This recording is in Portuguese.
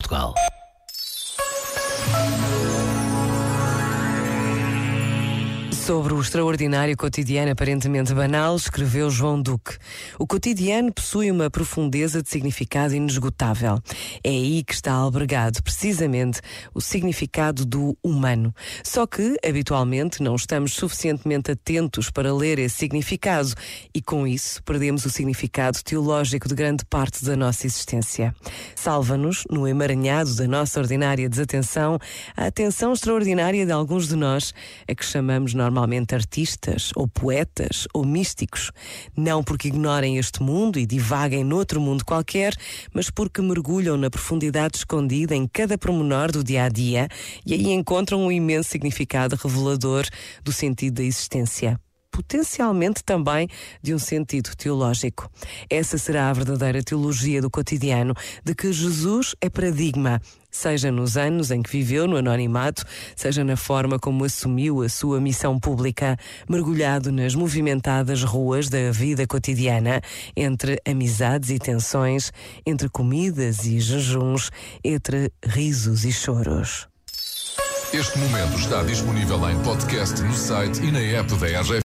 Portugal. Sobre o extraordinário cotidiano aparentemente banal, escreveu João Duque. O cotidiano possui uma profundeza de significado inesgotável. É aí que está albergado, precisamente, o significado do humano. Só que, habitualmente, não estamos suficientemente atentos para ler esse significado e, com isso, perdemos o significado teológico de grande parte da nossa existência. Salva-nos, no emaranhado da nossa ordinária desatenção, a atenção extraordinária de alguns de nós, a que chamamos normalmente artistas, ou poetas, ou místicos. Não porque ignorem este mundo e divaguem noutro mundo qualquer, mas porque mergulham na profundidade escondida em cada pormenor do dia-a-dia e aí encontram um imenso significado revelador do sentido da existência. Potencialmente também de um sentido teológico. Essa será a verdadeira teologia do cotidiano, de que Jesus é paradigma, seja nos anos em que viveu no anonimato, seja na forma como assumiu a sua missão pública, mergulhado nas movimentadas ruas da vida cotidiana, entre amizades e tensões, entre comidas e jejuns, entre risos e choros. Este momento está disponível em podcast no site e na app da RGF.